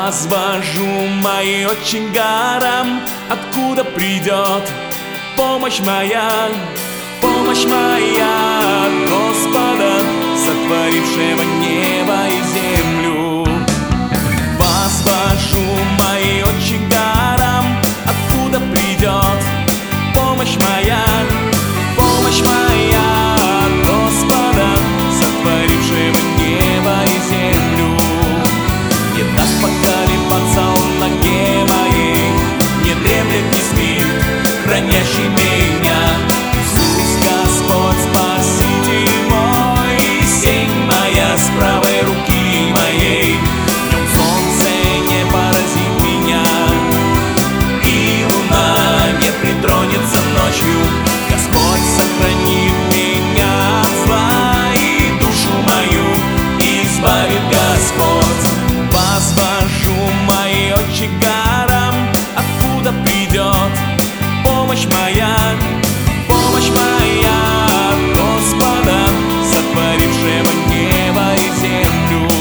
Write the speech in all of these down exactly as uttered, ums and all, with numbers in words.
Возвожу мои очи горам, откуда придет помощь моя, помощь моя от Господа, сотворившего небо и землю. Возвожу мои очи горам, откуда придет помощь моя, помощь моя от Господа, сотворившего небо и землю. Не даст поколебаться он ноге моей, не дремлет, не спит, хранящий меня. Иисус, Господь, Спаситель мой, сень моя с правой руки моей. В нем солнце не поразит меня, и луна не притронется ночью. Господь сохранит меня от зла, и душу мою избавит Господь. Возвожу мои очи горам, откуда придет помощь моя, помощь моя от Господа, сотворившего небо и землю.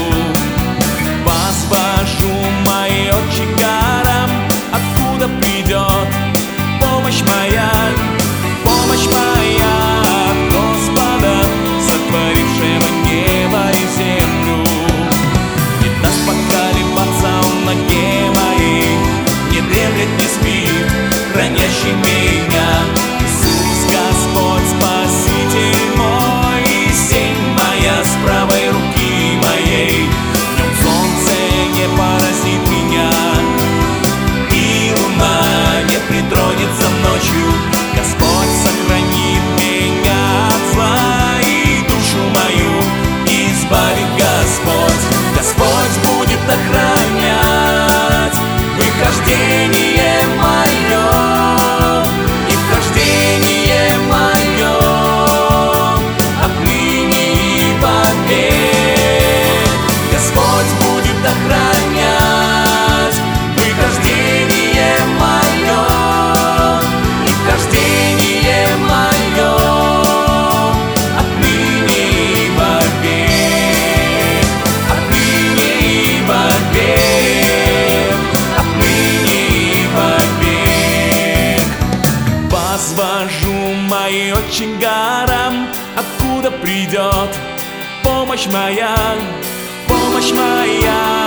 Возвожу мои очи горам, откуда придет помощь моя, помощь моя от Господа, сотворившего небо и землю. Не даст поколебаться он ноге моей, не дремлет, не спит, хранящий меня. Иисус, Господь, Спаситель мой, сень моя с правой руки моей. В нем солнце не поразит меня, и луна не притронется ночью. Господь сохранит меня от зла, и душу мою избавит Господь. Господь будет охранять выхождение мое и вхождение мое отныне и вовек. Господь будет охранять выхождение мое и вхождение мое отныне и вовек, отныне и вовек, отныне и вовек. Возвожу мои очи горам, откуда придет помощь моя, помощь моя